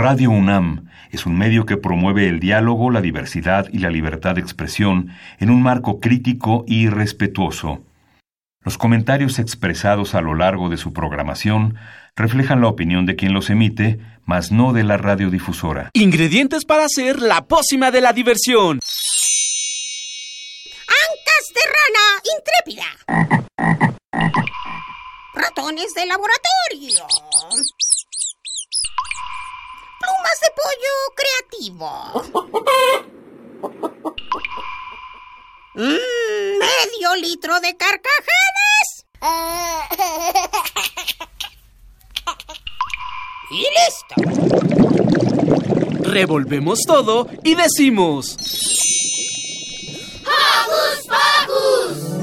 Radio UNAM es un medio que promueve el diálogo, la diversidad y la libertad de expresión en un marco crítico y respetuoso. Los comentarios expresados a lo largo de su programación reflejan la opinión de quien los emite, mas no de la radiodifusora. Ingredientes para hacer la pócima de la diversión. Ancas de rana intrépida. Ratones de laboratorio. Plumas de pollo creativo. Medio litro de carcajadas. Y listo. Revolvemos todo y decimos: ¡Hocus Pocus!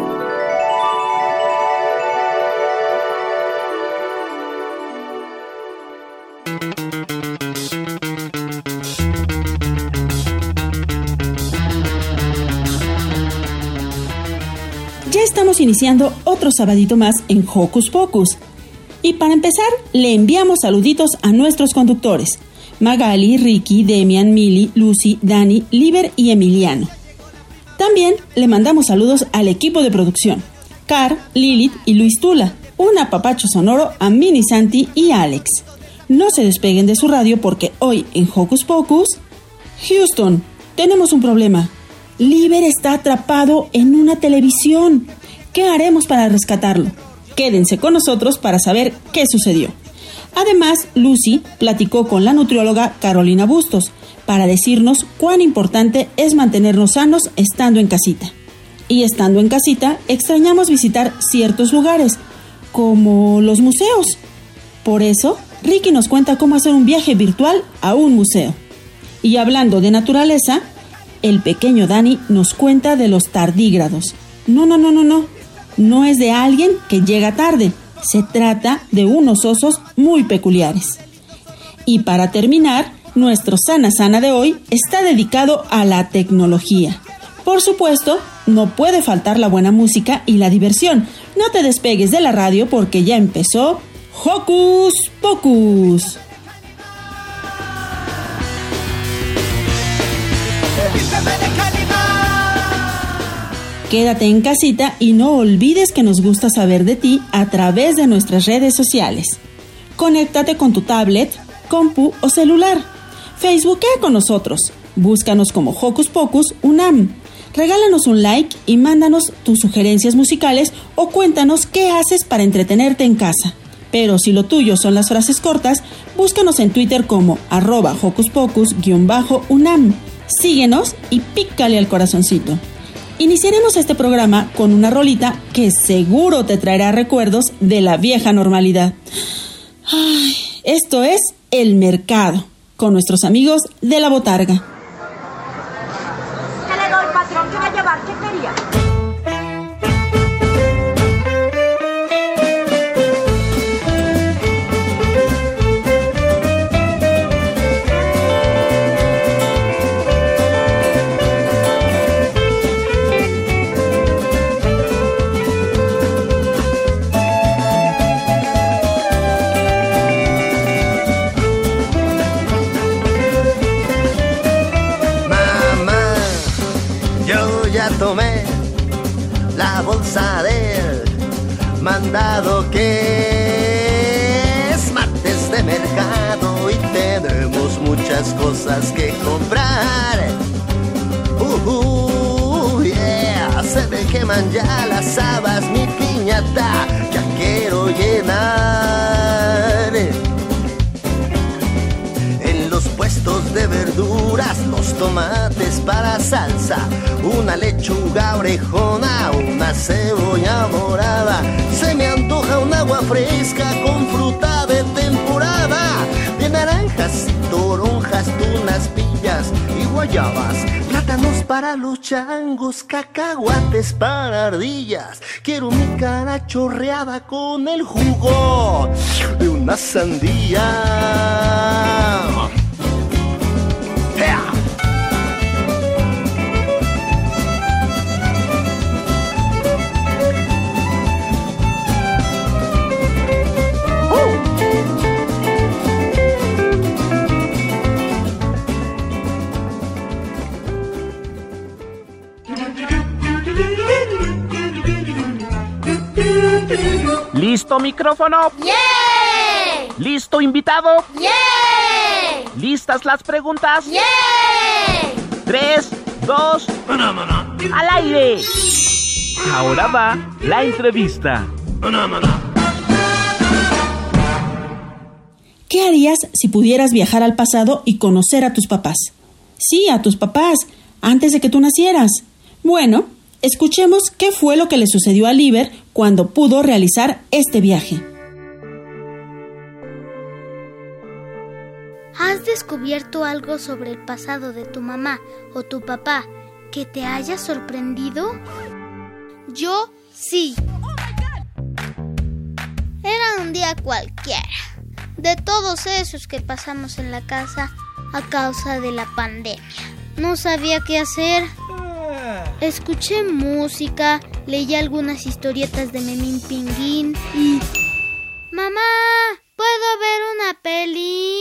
Ya estamos iniciando otro sabadito más en Hocus Pocus. Y para empezar, le enviamos saluditos a nuestros conductores: Magali, Ricky, Demian, Mili, Lucy, Dani, Liber y Emiliano. También le mandamos saludos al equipo de producción: Car, Lilith y Luis Tula. Un apapacho sonoro a Mini Santi y Alex. No se despeguen de su radio porque hoy en Hocus Pocus... Houston, tenemos un problema. Liber está atrapado en una televisión. ¿Qué haremos para rescatarlo? Quédense con nosotros para saber qué sucedió. Además, Lucy platicó con la nutrióloga Carolina Bustos para decirnos cuán importante es mantenernos sanos estando en casita. Y estando en casita, extrañamos visitar ciertos lugares, como los museos. Por eso, Ricky nos cuenta cómo hacer un viaje virtual a un museo. Y hablando de naturaleza, el pequeño Dani nos cuenta de los tardígrados. No es de alguien que llega tarde. Se trata de unos osos muy peculiares. Y para terminar, nuestro Sana Sana de hoy está dedicado a la tecnología. Por supuesto, no puede faltar la buena música y la diversión. No te despegues de la radio porque ya empezó Hocus Pocus. Quédate en casita y no olvides que nos gusta saber de ti a través de nuestras redes sociales. Conéctate con tu tablet, compu o celular. Facebookea con nosotros. Búscanos como Hocus Pocus UNAM. Regálanos un like y mándanos tus sugerencias musicales o cuéntanos qué haces para entretenerte en casa. Pero si lo tuyo son las frases cortas, búscanos en Twitter como @Hocus Pocus_UNAM. Síguenos y pícale al corazoncito. Iniciaremos este programa con una rolita que seguro te traerá recuerdos de la vieja normalidad. Esto es El Mercado, con nuestros amigos de La Botarga. ¿Qué le doy, patrón? ¿Qué va a llevar? ¿Qué quería? Tomé la bolsa del mandado que es martes de mercado y tenemos muchas cosas que comprar. Yeah, se me queman ya las habas, mi piñata ya quiero llenar. En los puestos de verduras, los tomates para salsa, una lechuga orejona, una cebolla morada. Se me antoja un agua fresca con fruta de temporada, de naranjas y toronjas, tunas, pillas y guayabas, plátanos para los changos, cacahuates para ardillas. Quiero mi cara chorreada con el jugo de una sandía. ¿Listo micrófono? ¡Yeah! ¿Listo invitado? ¡Yeah! ¿Listas las preguntas? ¡Yeah! 3, 2, ¡al aire! Ahora va la entrevista. ¿Qué harías si pudieras viajar al pasado y conocer a tus papás? Sí, a tus papás, antes de que tú nacieras. Bueno, escuchemos qué fue lo que le sucedió a Liber cuando pudo realizar este viaje. ¿Has descubierto algo sobre el pasado de tu mamá o tu papá que te haya sorprendido? Yo sí. Era un día cualquiera, de todos esos que pasamos en la casa a causa de la pandemia. No sabía qué hacer. Escuché música, leí algunas historietas de Memín Pinguín y... ¡Mamá! ¿Puedo ver una peli?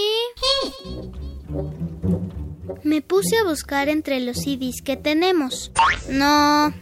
Me puse a buscar entre los CDs que tenemos. No.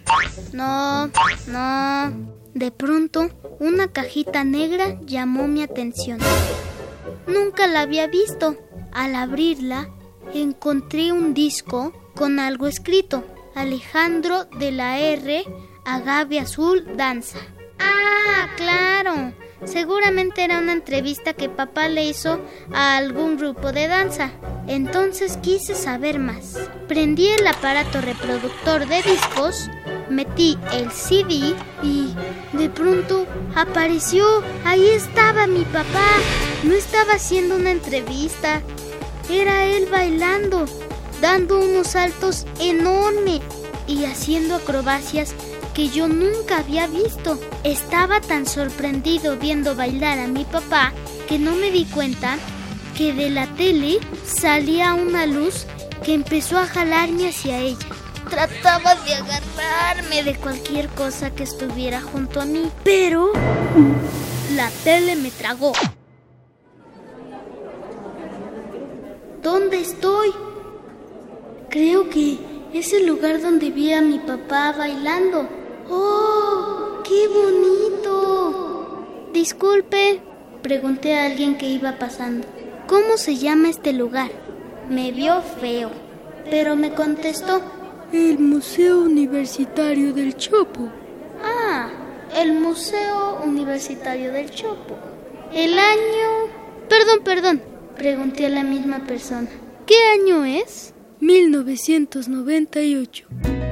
De pronto, una cajita negra llamó mi atención. Nunca la había visto. Al abrirla, encontré un disco con algo escrito. Alejandro de la R, Agave Azul, Danza. ¡Ah, claro! Seguramente era una entrevista que papá le hizo a algún grupo de danza. Entonces quise saber más. Prendí el aparato reproductor de discos, metí el CD y de pronto apareció. Ahí estaba mi papá. No estaba haciendo una entrevista. Era él bailando, dando unos saltos enormes y haciendo acrobacias que yo nunca había visto. Estaba tan sorprendido viendo bailar a mi papá que no me di cuenta que de la tele salía una luz que empezó a jalarme hacia ella. Trataba de agarrarme de cualquier cosa que estuviera junto a mí, pero la tele me tragó. ¿Dónde estoy? Creo que es el lugar donde vi a mi papá bailando. ¡Oh, qué bonito! Disculpe, pregunté a alguien que iba pasando. ¿Cómo se llama este lugar? Me vio feo, pero me contestó: el Museo Universitario del Chopo. Ah, el Museo Universitario del Chopo. El año... Perdón, pregunté a la misma persona. ¿Qué año es? 1998.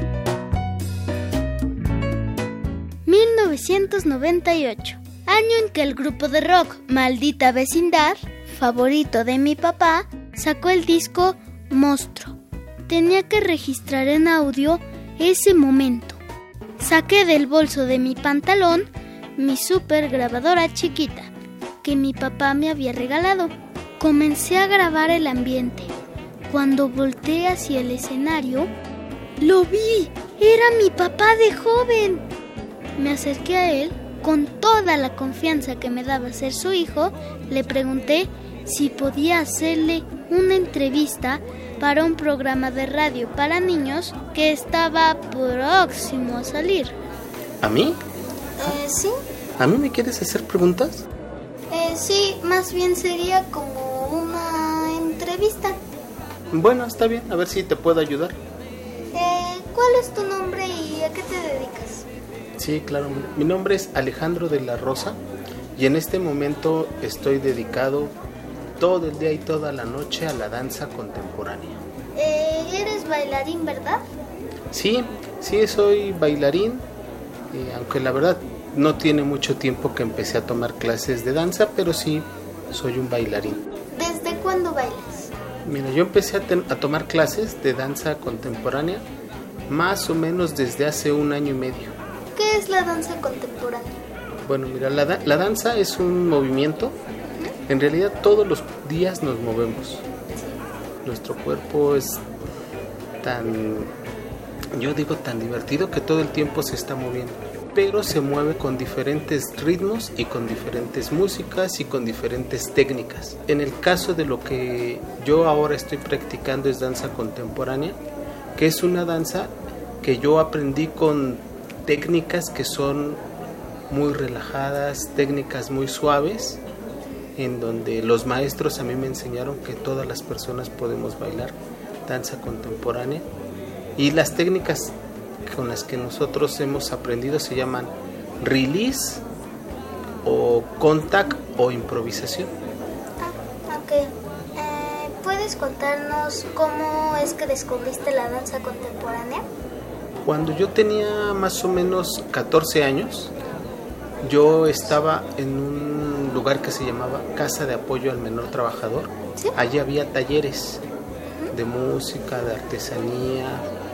1998, año en que el grupo de rock Maldita Vecindad, favorito de mi papá, sacó el disco Monstruo. Tenía que registrar en audio ese momento. Saqué del bolso de mi pantalón mi super grabadora chiquita que mi papá me había regalado. Comencé a grabar el ambiente. Cuando volteé hacia el escenario, ¡lo vi! ¡Era mi papá de joven! Me acerqué a él con toda la confianza que me daba ser su hijo. Le pregunté si podía hacerle una entrevista para un programa de radio para niños que estaba próximo a salir. ¿A mí? Sí. ¿A mí me quieres hacer preguntas? Sí, más bien sería como una entrevista. Bueno, está bien, a ver si te puedo ayudar. ¿Cuál es tu nombre y a qué te dedicas? Sí, claro, mi nombre es Alejandro de la Rosa y en este momento estoy dedicado todo el día y toda la noche a la danza contemporánea. ¿Eres bailarín, verdad? Sí, soy bailarín, aunque la verdad no tiene mucho tiempo que empecé a tomar clases de danza, pero sí soy un bailarín. ¿Desde cuándo bailas? Mira, yo empecé a tomar clases de danza contemporánea más o menos desde hace 1 año y medio. ¿Qué es la danza contemporánea? Bueno, mira, la danza es un movimiento. En realidad todos los días nos movemos. Nuestro cuerpo es tan divertido que todo el tiempo se está moviendo. Pero se mueve con diferentes ritmos y con diferentes músicas y con diferentes técnicas. En el caso de lo que yo ahora estoy practicando es danza contemporánea, que es una danza que yo aprendí con técnicas que son muy relajadas, técnicas muy suaves, en donde los maestros a mí me enseñaron que todas las personas podemos bailar danza contemporánea, y las técnicas con las que nosotros hemos aprendido se llaman release o contact o improvisación. Ok. ¿Puedes contarnos cómo es que descubriste la danza contemporánea? Cuando yo tenía más o menos 14 años, yo estaba en un lugar que se llamaba Casa de Apoyo al Menor Trabajador. ¿Sí? Allí había talleres de música, de artesanía,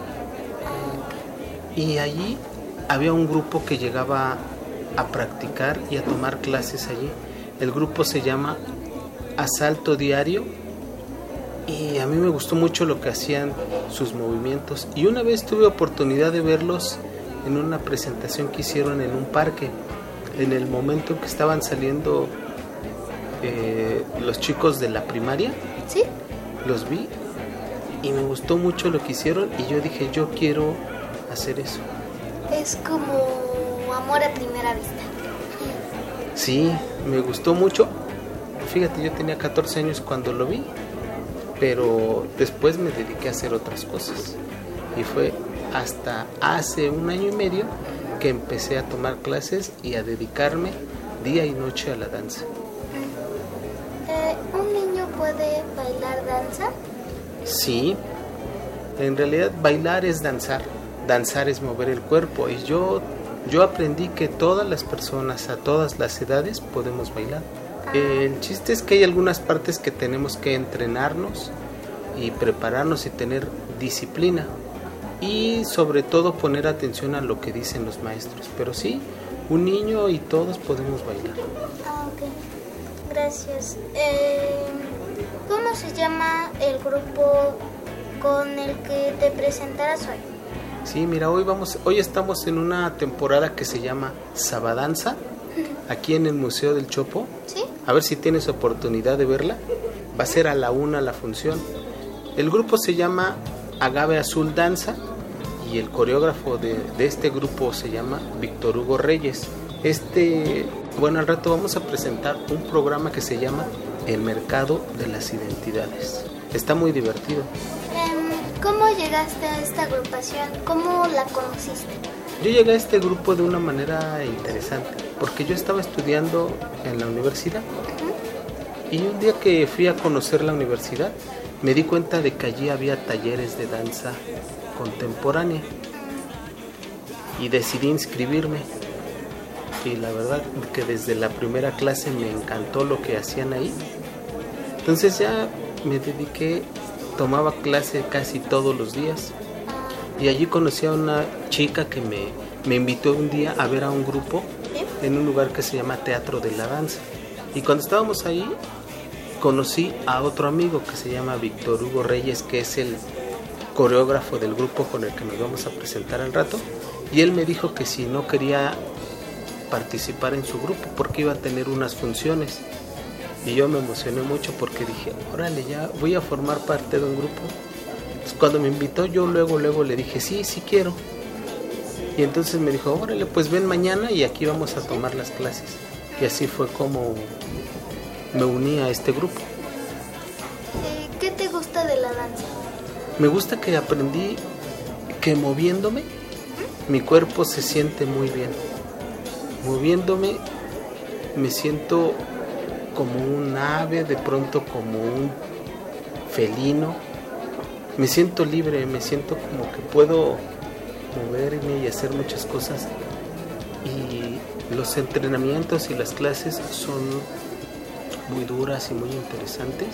y allí había un grupo que llegaba a practicar y a tomar clases allí. El grupo se llama Asalto Diario, y a mí me gustó mucho lo que hacían, sus movimientos, y una vez tuve oportunidad de verlos en una presentación que hicieron en un parque, en el momento en que estaban saliendo los chicos de la primaria. ¿Sí? Los vi y me gustó mucho lo que hicieron, y yo dije, yo quiero hacer eso. Es como amor a primera vista. Sí, me gustó mucho. Fíjate, yo tenía 14 años cuando lo vi, pero después me dediqué a hacer otras cosas, y fue hasta hace 1 año y medio que empecé a tomar clases y a dedicarme día y noche a la danza. ¿Un niño puede bailar danza? Sí, en realidad bailar es danzar, danzar es mover el cuerpo, y yo aprendí que todas las personas a todas las edades podemos bailar. El chiste es que hay algunas partes que tenemos que entrenarnos y prepararnos y tener disciplina, y sobre todo poner atención a lo que dicen los maestros. Pero sí, un niño y todos podemos bailar. Ok, gracias. ¿Cómo se llama el grupo con el que te presentarás hoy? Sí, mira, hoy estamos en una temporada que se llama Sabadanza, aquí en el Museo del Chopo. ¿Sí? A ver si tienes oportunidad de verla. Va a ser a la 1 la función. El grupo se llama Agave Azul Danza, y el coreógrafo de este grupo se llama Víctor Hugo Reyes. Al rato vamos a presentar un programa que se llama El Mercado de las Identidades. Está muy divertido. ¿Cómo llegaste a esta agrupación? ¿Cómo la conociste? Yo llegué a este grupo de una manera interesante, porque yo estaba estudiando en la universidad, y un día que fui a conocer la universidad me di cuenta de que allí había talleres de danza contemporánea, y decidí inscribirme, y la verdad que desde la primera clase me encantó lo que hacían ahí. Entonces ya me dediqué, tomaba clase casi todos los días, y allí conocí a una chica que me invitó un día a ver a un grupo en un lugar que se llama Teatro de la Danza. Y cuando estábamos ahí, conocí a otro amigo que se llama Víctor Hugo Reyes, que es el coreógrafo del grupo con el que nos vamos a presentar al rato, y él me dijo que si no quería participar en su grupo porque iba a tener unas funciones, y yo me emocioné mucho porque dije, órale, ya voy a formar parte de un grupo. Entonces, cuando me invitó, yo luego le dije, sí quiero, y entonces me dijo, órale, pues ven mañana y aquí vamos a tomar las clases, y así fue como me uní a este grupo. ¿Qué te gusta de la danza? Me gusta que aprendí que moviéndome, mi cuerpo se siente muy bien. Moviéndome me siento como un ave, de pronto como un felino. Me siento libre, me siento como que puedo moverme y hacer muchas cosas. Y los entrenamientos y las clases son muy duras y muy interesantes.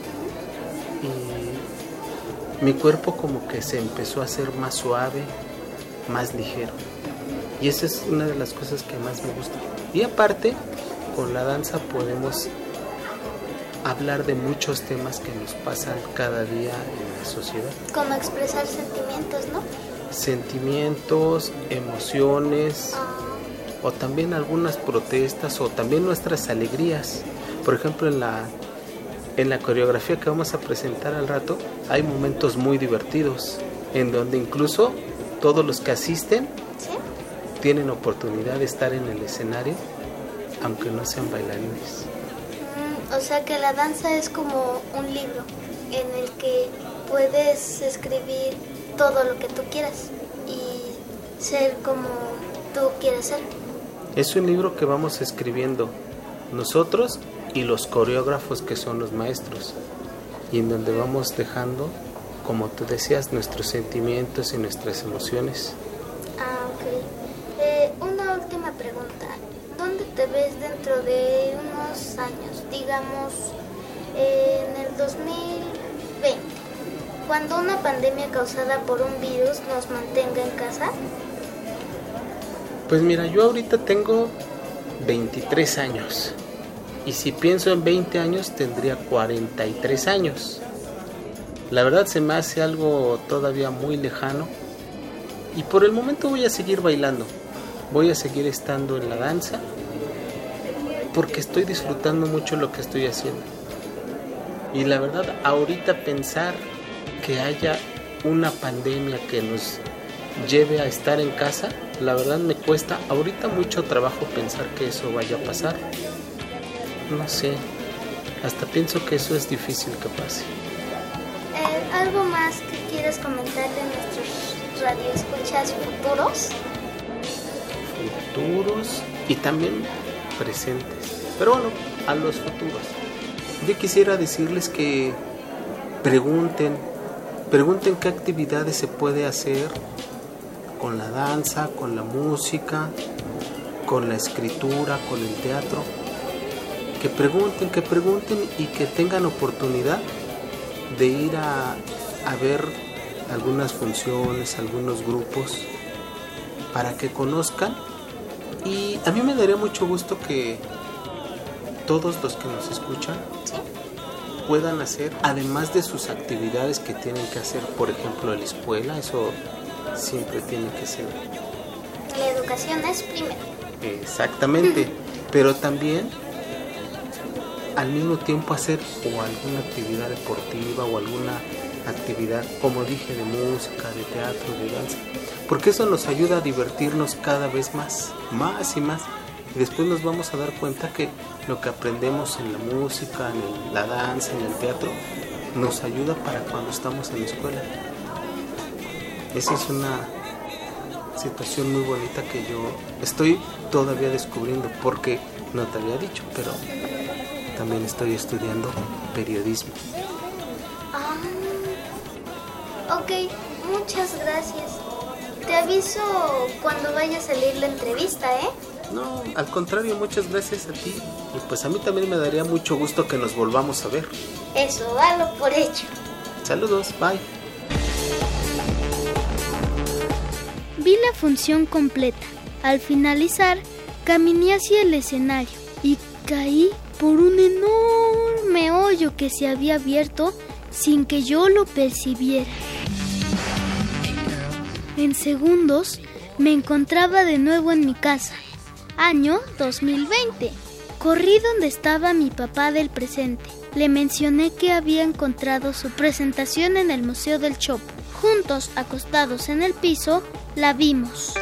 Y mi cuerpo como que se empezó a hacer más suave, más ligero. Y esa es una de las cosas que más me gusta. Y aparte, con la danza podemos hablar de muchos temas que nos pasan cada día en la sociedad. Como expresar sentimientos, ¿no? Sentimientos, emociones, o también algunas protestas, o también nuestras alegrías. Por ejemplo, en la coreografía que vamos a presentar al rato, hay momentos muy divertidos, en donde incluso todos los que asisten, tienen oportunidad de estar en el escenario, aunque no sean bailarines. O sea que la danza es como un libro en el que puedes escribir todo lo que tú quieras y ser como tú quieres ser. Es un libro que vamos escribiendo nosotros y los coreógrafos que son los maestros, y en donde vamos dejando, como tú decías, nuestros sentimientos y nuestras emociones. Ok. Una última pregunta. ¿Dónde te ves dentro de unos años? Digamos, en el 2020, cuando una pandemia causada por un virus nos mantenga en casa. Pues mira, yo ahorita tengo 23 años. Y si pienso en 20 años, tendría 43 años. La verdad se me hace algo todavía muy lejano. Y por el momento voy a seguir bailando. Voy a seguir estando en la danza. Porque estoy disfrutando mucho lo que estoy haciendo. Y la verdad, ahorita pensar que haya una pandemia que nos lleve a estar en casa, la verdad me cuesta ahorita mucho trabajo pensar que eso vaya a pasar. No sé, hasta pienso que eso es difícil que pase. ¿Algo más que quieras comentar de nuestros radioescuchas futuros? Futuros y también presentes. Pero bueno, a los futuros. Yo quisiera decirles que pregunten qué actividades se puede hacer con la danza, con la música, con la escritura, con el teatro. Que pregunten y que tengan oportunidad de ir a ver algunas funciones, algunos grupos, para que conozcan. Y a mí me daría mucho gusto que todos los que nos escuchan puedan hacer, además de sus actividades que tienen que hacer, por ejemplo, en la escuela, eso siempre tiene que ser. La educación es primero. Exactamente, pero también al mismo tiempo hacer o alguna actividad deportiva o alguna actividad, como dije, de música, de teatro, de danza, porque eso nos ayuda a divertirnos cada vez más y más, y después nos vamos a dar cuenta que lo que aprendemos en la música, en la danza, en el teatro, nos ayuda para cuando estamos en la escuela. Esa es una situación muy bonita que yo estoy todavía descubriendo, porque no te había dicho, pero también estoy estudiando periodismo. Ok, muchas gracias. Te aviso cuando vaya a salir la entrevista, ¿eh? No, al contrario, muchas gracias a ti. Y pues a mí también me daría mucho gusto que nos volvamos a ver. Eso, dalo por hecho. Saludos, bye. Vi la función completa. Al finalizar, caminé hacia el escenario y caí por un enorme hoyo que se había abierto sin que yo lo percibiera. En segundos me encontraba de nuevo en mi casa. Año 2020. Corrí donde estaba mi papá del presente. Le mencioné que había encontrado su presentación en el Museo del Chopo. Juntos, acostados en el piso, la vimos.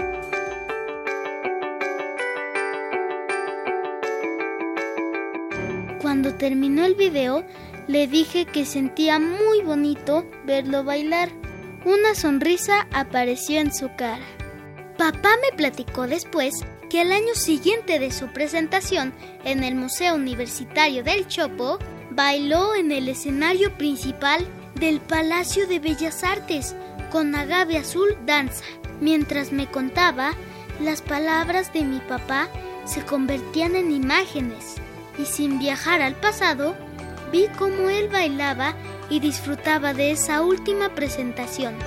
Cuando terminó el video, le dije que sentía muy bonito verlo bailar. Una sonrisa apareció en su cara. Papá me platicó después que al año siguiente de su presentación en el Museo Universitario del Chopo, bailó en el escenario principal del Palacio de Bellas Artes con Agave Azul Danza. Mientras me contaba, las palabras de mi papá se convertían en imágenes y sin viajar al pasado, vi cómo él bailaba y disfrutaba de esa última presentación.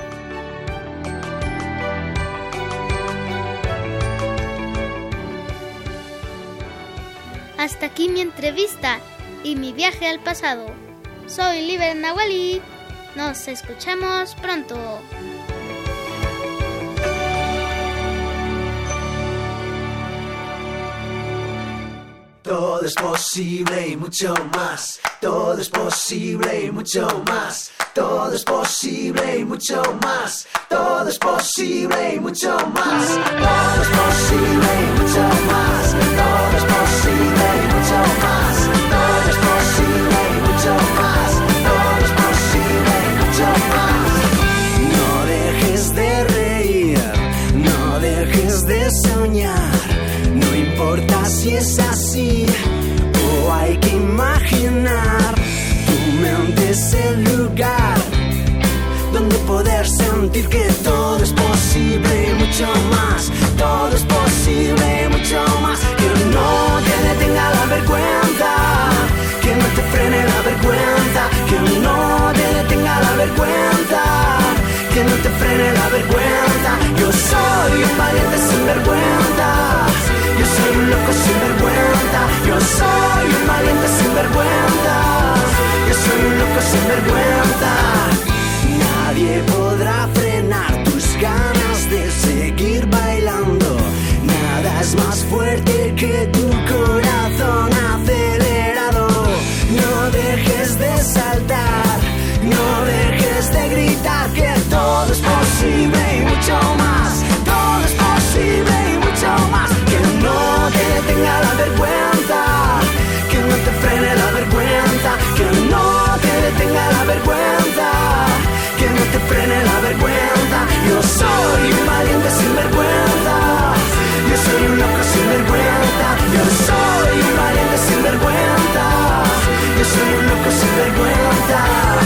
Hasta aquí mi entrevista y mi viaje al pasado. Soy Liber Nahuali. Nos escuchamos pronto. Todo es posible y mucho más. Todo es posible y mucho más. Todo es posible y mucho más. Todo es posible y mucho más. Todo es posible y mucho más. Todo es posible y mucho más. Todo es posible y mucho más. Todo es posible y mucho más. No dejes de reír, no dejes de soñar. No importa si es así o hay que imaginar. Tu mente es el lugar donde poder sentir que todo es posible y mucho más. Todo es posible y mucho más. Que no te detenga la vergüenza, que no te frene la vergüenza, que no te detenga la vergüenza, que no te frene la vergüenza. Yo soy un valiente sin vergüenza. Yo soy un loco sin vergüenza. Yo soy un valiente sin vergüenza. Yo soy un loco sin vergüenza. Nadie podrá frenar tus ganas de seguir bailando. Nada es más fuerte que tu corazón acelerado. No dejes de saltar, no dejes de gritar que todo es posible y mucho más. Todo es posible y mucho más. Que no te detenga la vergüenza, que no te frene la vergüenza, que no te detenga la vergüenza, que no te frene la vergüenza. Yo soy un valiente sin vergüenza. Yo soy un loco sin vergüenza. Yo soy un valiente sin vergüenza. Yo soy un loco sin vergüenza.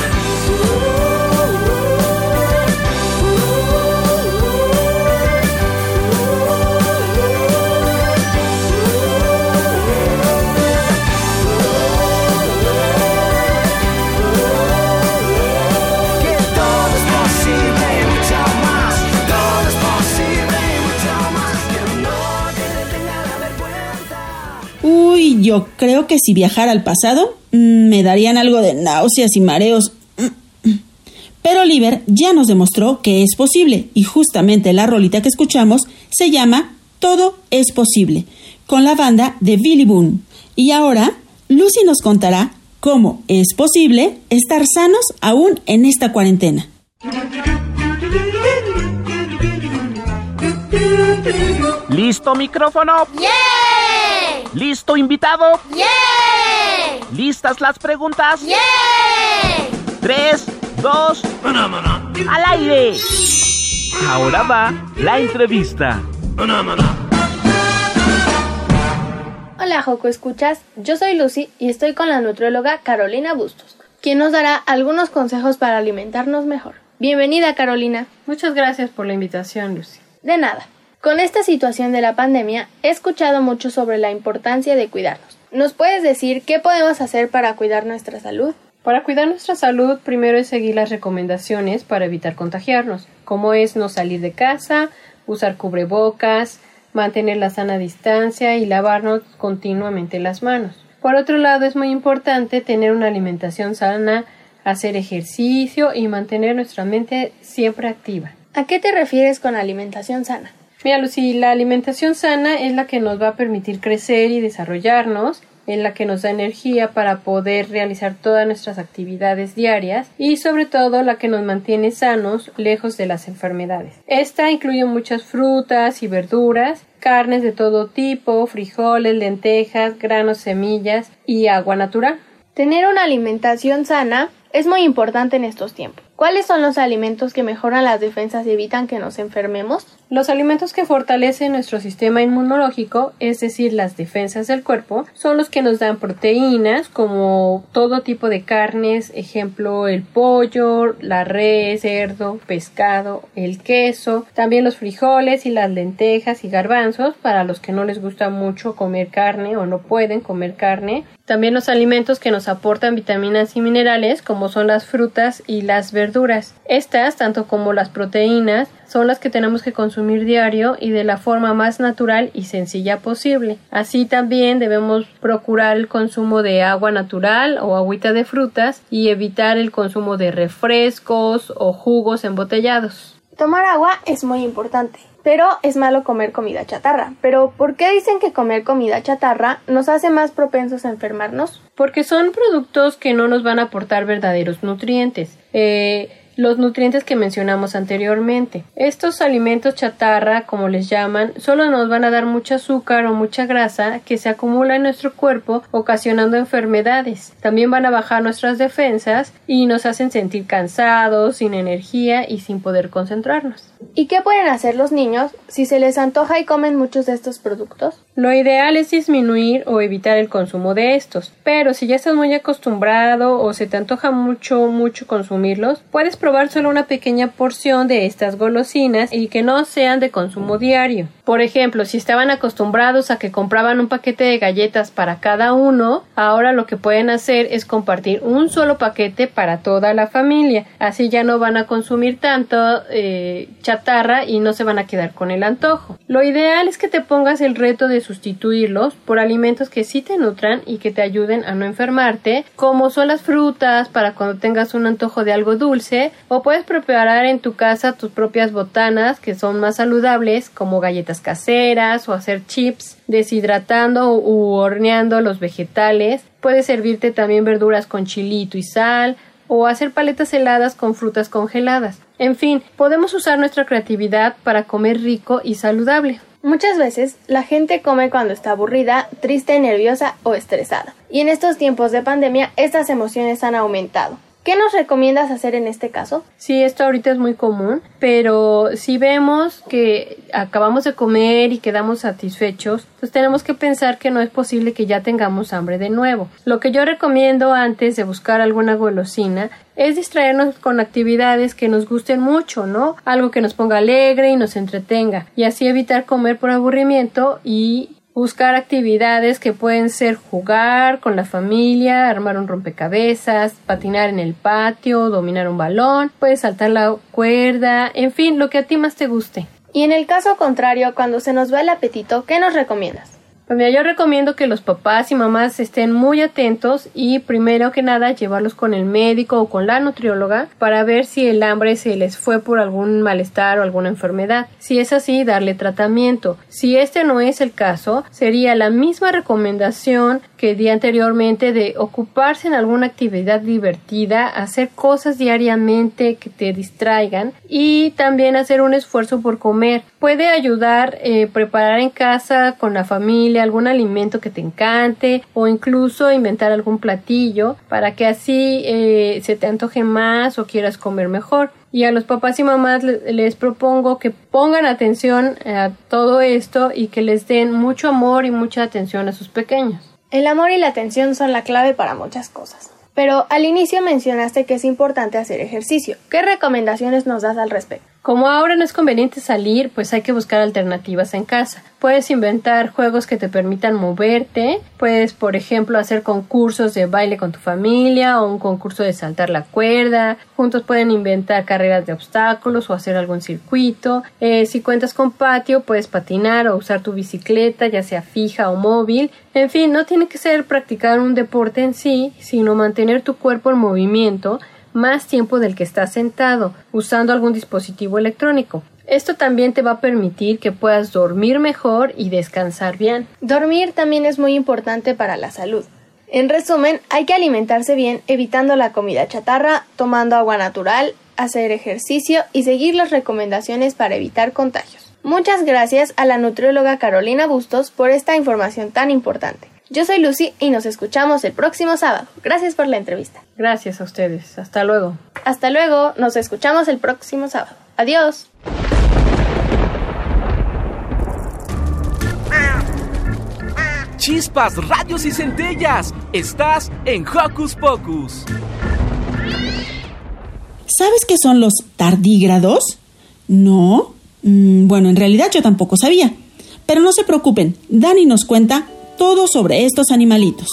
Uy, yo creo que si viajara al pasado, me darían algo de náuseas y mareos. Pero Oliver ya nos demostró que es posible, y justamente la rolita que escuchamos se llama Todo es posible, con la banda de Billy Boone. Y ahora, Lucy nos contará cómo es posible estar sanos aún en esta cuarentena. ¿Listo, micrófono? ¡Yeah! ¿Listo, invitado? ¡Yeah! ¿Listas las preguntas? ¡Yeah! 3, 2, ¡al aire! Ahora va la entrevista. Hola, Joco Escuchas. Yo soy Lucy y estoy con la nutrióloga Carolina Bustos, quien nos dará algunos consejos para alimentarnos mejor. Bienvenida, Carolina. Muchas gracias por la invitación, Lucy. De nada. Con esta situación de la pandemia, he escuchado mucho sobre la importancia de cuidarnos. ¿Nos puedes decir qué podemos hacer para cuidar nuestra salud? Para cuidar nuestra salud, primero es seguir las recomendaciones para evitar contagiarnos, como es no salir de casa, usar cubrebocas, mantener la sana distancia y lavarnos continuamente las manos. Por otro lado, es muy importante tener una alimentación sana, hacer ejercicio y mantener nuestra mente siempre activa. ¿A qué te refieres con alimentación sana? Mira, Lucy, la alimentación sana es la que nos va a permitir crecer y desarrollarnos, es la que nos da energía para poder realizar todas nuestras actividades diarias y sobre todo la que nos mantiene sanos, lejos de las enfermedades. Esta incluye muchas frutas y verduras, carnes de todo tipo, frijoles, lentejas, granos, semillas y agua natural. Tener una alimentación sana es muy importante en estos tiempos. ¿Cuáles son los alimentos que mejoran las defensas y evitan que nos enfermemos? Los alimentos que fortalecen nuestro sistema inmunológico, es decir, las defensas del cuerpo, son los que nos dan proteínas, como todo tipo de carnes, ejemplo, el pollo, la res, cerdo, pescado, el queso, también los frijoles y las lentejas y garbanzos, para los que no les gusta mucho comer carne o no pueden comer carne. También los alimentos que nos aportan vitaminas y minerales, como son las frutas y las verduras. Estas, tanto como las proteínas, son las que tenemos que consumir diario y de la forma más natural y sencilla posible. Así también debemos procurar el consumo de agua natural o agüita de frutas y evitar el consumo de refrescos o jugos embotellados. Tomar agua es muy importante. Pero es malo comer comida chatarra. Pero ¿por qué dicen que comer comida chatarra nos hace más propensos a enfermarnos? Porque son productos que no nos van a aportar verdaderos nutrientes. Los nutrientes que mencionamos anteriormente. Estos alimentos chatarra, como les llaman, solo nos van a dar mucho azúcar o mucha grasa que se acumula en nuestro cuerpo, ocasionando enfermedades. También van a bajar nuestras defensas y nos hacen sentir cansados, sin energía y sin poder concentrarnos. ¿Y qué pueden hacer los niños si se les antoja y comen muchos de estos productos? Lo ideal es disminuir o evitar el consumo de estos, pero si ya estás muy acostumbrado o se te antoja mucho consumirlos, puedes probar solo una pequeña porción de estas golosinas y que no sean de consumo diario. Por ejemplo, si estaban acostumbrados a que compraban un paquete de galletas para cada uno, ahora lo que pueden hacer es compartir un solo paquete para toda la familia. Así ya no van a consumir tanto chatarra y no se van a quedar con el antojo. Lo ideal es que te pongas el reto de sustituirlos por alimentos que sí te nutran y que te ayuden a no enfermarte, como son las frutas para cuando tengas un antojo de algo dulce, o puedes preparar en tu casa tus propias botanas que son más saludables, como galletas caseras o hacer chips, deshidratando u horneando los vegetales. Puedes servirte también verduras con chilito y sal, o hacer paletas heladas con frutas congeladas. En fin, podemos usar nuestra creatividad para comer rico y saludable. Muchas veces la gente come cuando está aburrida, triste, nerviosa o estresada. Y en estos tiempos de pandemia, estas emociones han aumentado. ¿Qué nos recomiendas hacer en este caso? Sí, esto ahorita es muy común, pero si vemos que acabamos de comer y quedamos satisfechos, pues tenemos que pensar que no es posible que ya tengamos hambre de nuevo. Lo que yo recomiendo antes de buscar alguna golosina es distraernos con actividades que nos gusten mucho, ¿no? Algo que nos ponga alegre y nos entretenga, y así evitar comer por aburrimiento y buscar actividades que pueden ser jugar con la familia, armar un rompecabezas, patinar en el patio, dominar un balón, puedes saltar la cuerda, en fin, lo que a ti más te guste. Y en el caso contrario, cuando se nos va el apetito, ¿qué nos recomiendas? Pues mira, yo recomiendo que los papás y mamás estén muy atentos y primero que nada llevarlos con el médico o con la nutrióloga para ver si el hambre se les fue por algún malestar o alguna enfermedad. Si es así, darle tratamiento. Si este no es el caso, sería la misma recomendación que di anteriormente de ocuparse en alguna actividad divertida, hacer cosas diariamente que te distraigan y también hacer un esfuerzo por comer. Puede ayudar preparar en casa con la familia algún alimento que te encante o incluso inventar algún platillo para que así se te antoje más o quieras comer mejor. Y a los papás y mamás les propongo que pongan atención a todo esto y que les den mucho amor y mucha atención a sus pequeños. El amor y la atención son la clave para muchas cosas. Pero al inicio mencionaste que es importante hacer ejercicio. ¿Qué recomendaciones nos das al respecto? Como ahora no es conveniente salir, pues hay que buscar alternativas en casa. Puedes inventar juegos que te permitan moverte. Puedes, por ejemplo, hacer concursos de baile con tu familia o un concurso de saltar la cuerda. Juntos pueden inventar carreras de obstáculos o hacer algún circuito. Si cuentas con patio, puedes patinar o usar tu bicicleta, ya sea fija o móvil. En fin, no tiene que ser practicar un deporte en sí, sino mantener tu cuerpo en movimiento más tiempo del que estás sentado, usando algún dispositivo electrónico. Esto también te va a permitir que puedas dormir mejor y descansar bien. Dormir también es muy importante para la salud. En resumen, hay que alimentarse bien, evitando la comida chatarra, tomando agua natural, hacer ejercicio y seguir las recomendaciones para evitar contagios. Muchas gracias a la nutrióloga Carolina Bustos por esta información tan importante. Yo soy Lucy y nos escuchamos el próximo sábado. Gracias por la entrevista. Gracias a ustedes. Hasta luego. Hasta luego. Nos escuchamos el próximo sábado. Adiós. Chispas, rayos y centellas. Estás en Hocus Pocus. ¿Sabes qué son los tardígrados? ¿No? Bueno, en realidad yo tampoco sabía. Pero no se preocupen, Dani nos cuenta todo sobre estos animalitos.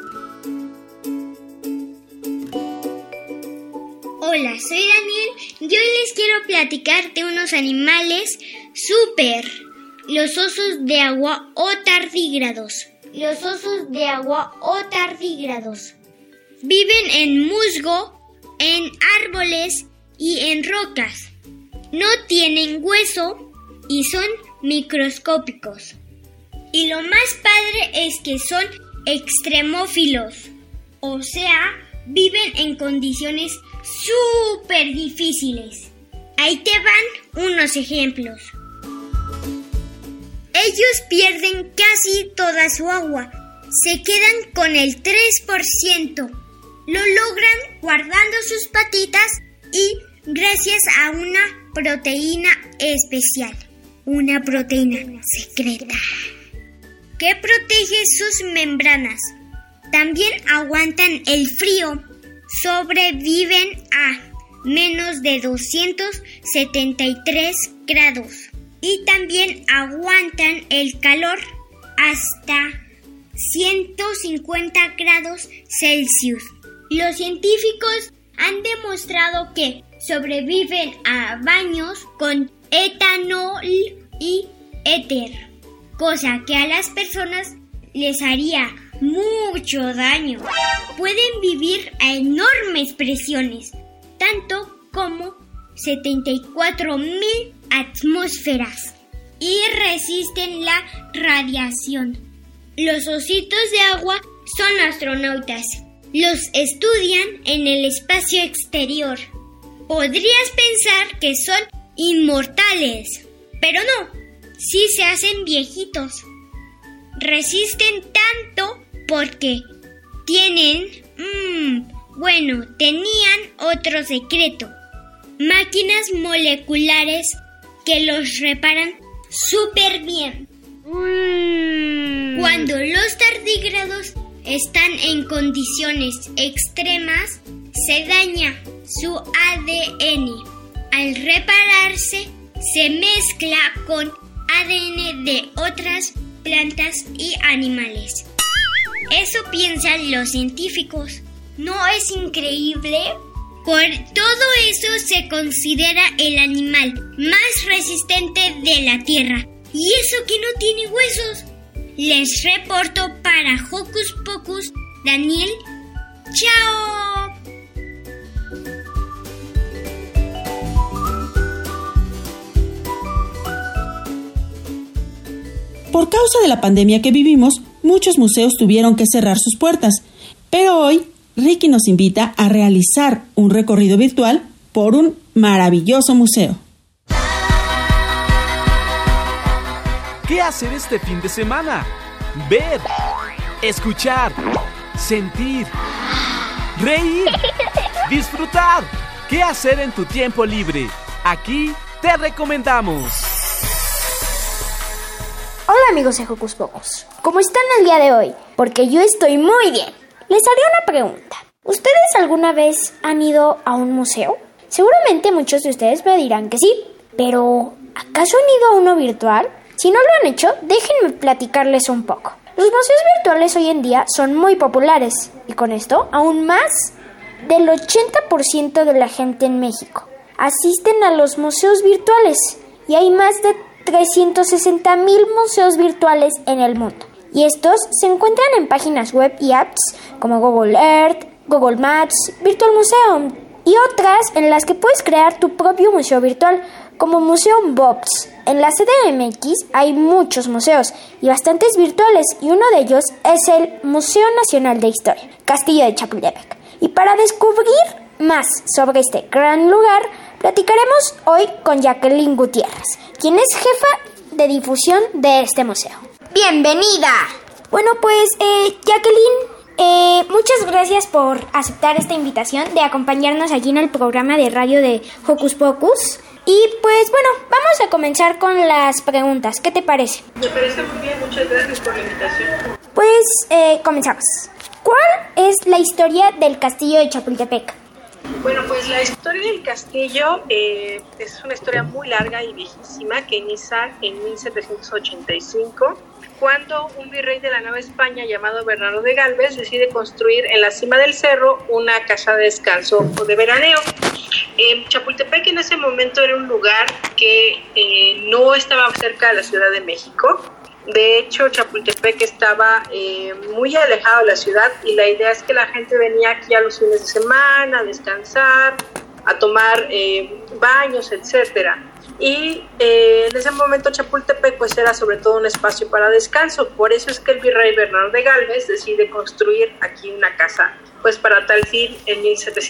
Hola, soy Daniel y hoy les quiero platicar de unos animales súper. Los osos de agua o tardígrados. Los osos de agua o tardígrados viven en musgo, en árboles y en rocas. No tienen hueso y son microscópicos. Y lo más padre es que son extremófilos, o sea, viven en condiciones súper difíciles. Ahí te van unos ejemplos. Ellos pierden casi toda su agua, se quedan con el 3%. Lo logran guardando sus patitas y gracias a una proteína especial, una proteína secreta que protege sus membranas. También aguantan el frío, sobreviven a menos de 273 grados y también aguantan el calor hasta 150 grados Celsius. Los científicos han demostrado que sobreviven a baños con etanol y éter, cosa que a las personas les haría mucho daño. Pueden vivir a enormes presiones, tanto como 74,000 atmósferas, y resisten la radiación. Los ositos de agua son astronautas. Los estudian en el espacio exterior. Podrías pensar que son inmortales, pero no, sí se hacen viejitos. Resisten tanto porque tenían otro secreto. Máquinas moleculares que los reparan súper bien. Cuando los tardígrados están en condiciones extremas, se daña su ADN. Al repararse, se mezcla con ADN de otras plantas y animales. Eso piensan los científicos. ¿No es increíble? Por todo eso se considera el animal más resistente de la Tierra. Y eso que no tiene huesos. Les reporto para Hocus Pocus, Daniel. ¡Chao! Por causa de la pandemia que vivimos, muchos museos tuvieron que cerrar sus puertas, pero hoy Ricky nos invita a realizar un recorrido virtual por un maravilloso museo. ¿Qué hacer este fin de semana? Ver, escuchar, sentir, reír, disfrutar. ¿Qué hacer en tu tiempo libre? Aquí te recomendamos. Hola amigos de Hocus Pocus, ¿cómo están el día de hoy? Porque yo estoy muy bien. Les haré una pregunta. ¿Ustedes alguna vez han ido a un museo? Seguramente muchos de ustedes me dirán que sí, pero ¿acaso han ido a uno virtual? Si no lo han hecho, déjenme platicarles un poco. Los museos virtuales hoy en día son muy populares y con esto, aún más del 80% de la gente en México asisten a los museos virtuales y hay más de 360,000 museos virtuales en el mundo. Y estos se encuentran en páginas web y apps como Google Earth, Google Maps, Virtual Museum y otras en las que puedes crear tu propio museo virtual, como Museum Box. En la CDMX hay muchos museos y bastantes virtuales, y uno de ellos es el Museo Nacional de Historia, Castillo de Chapultepec. Y para descubrir más sobre este gran lugar, platicaremos hoy con Jacqueline Gutiérrez, quien es jefa de difusión de este museo. ¡Bienvenida! Bueno, pues, Jacqueline, muchas gracias por aceptar esta invitación de acompañarnos aquí en el programa de radio de Hocus Pocus. Y pues bueno, vamos a comenzar con las preguntas. ¿Qué te parece? Me parece muy bien, muchas gracias por la invitación. Pues comenzamos. ¿Cuál es la historia del Castillo de Chapultepec? Bueno, pues la historia del castillo es una historia muy larga y viejísima que inicia en 1785, cuando un virrey de la Nueva España llamado Bernardo de Galvez decide construir en la cima del cerro una casa de descanso o de veraneo. Chapultepec en ese momento era un lugar que no estaba cerca de la Ciudad de México. De hecho, Chapultepec estaba muy alejado de la ciudad y la idea es que la gente venía aquí a los fines de semana a descansar, a tomar baños, etcétera. y en ese momento Chapultepec pues era sobre todo un espacio para descanso. Por eso es que el virrey Bernardo de Gálvez decide construir aquí una casa pues para tal fin en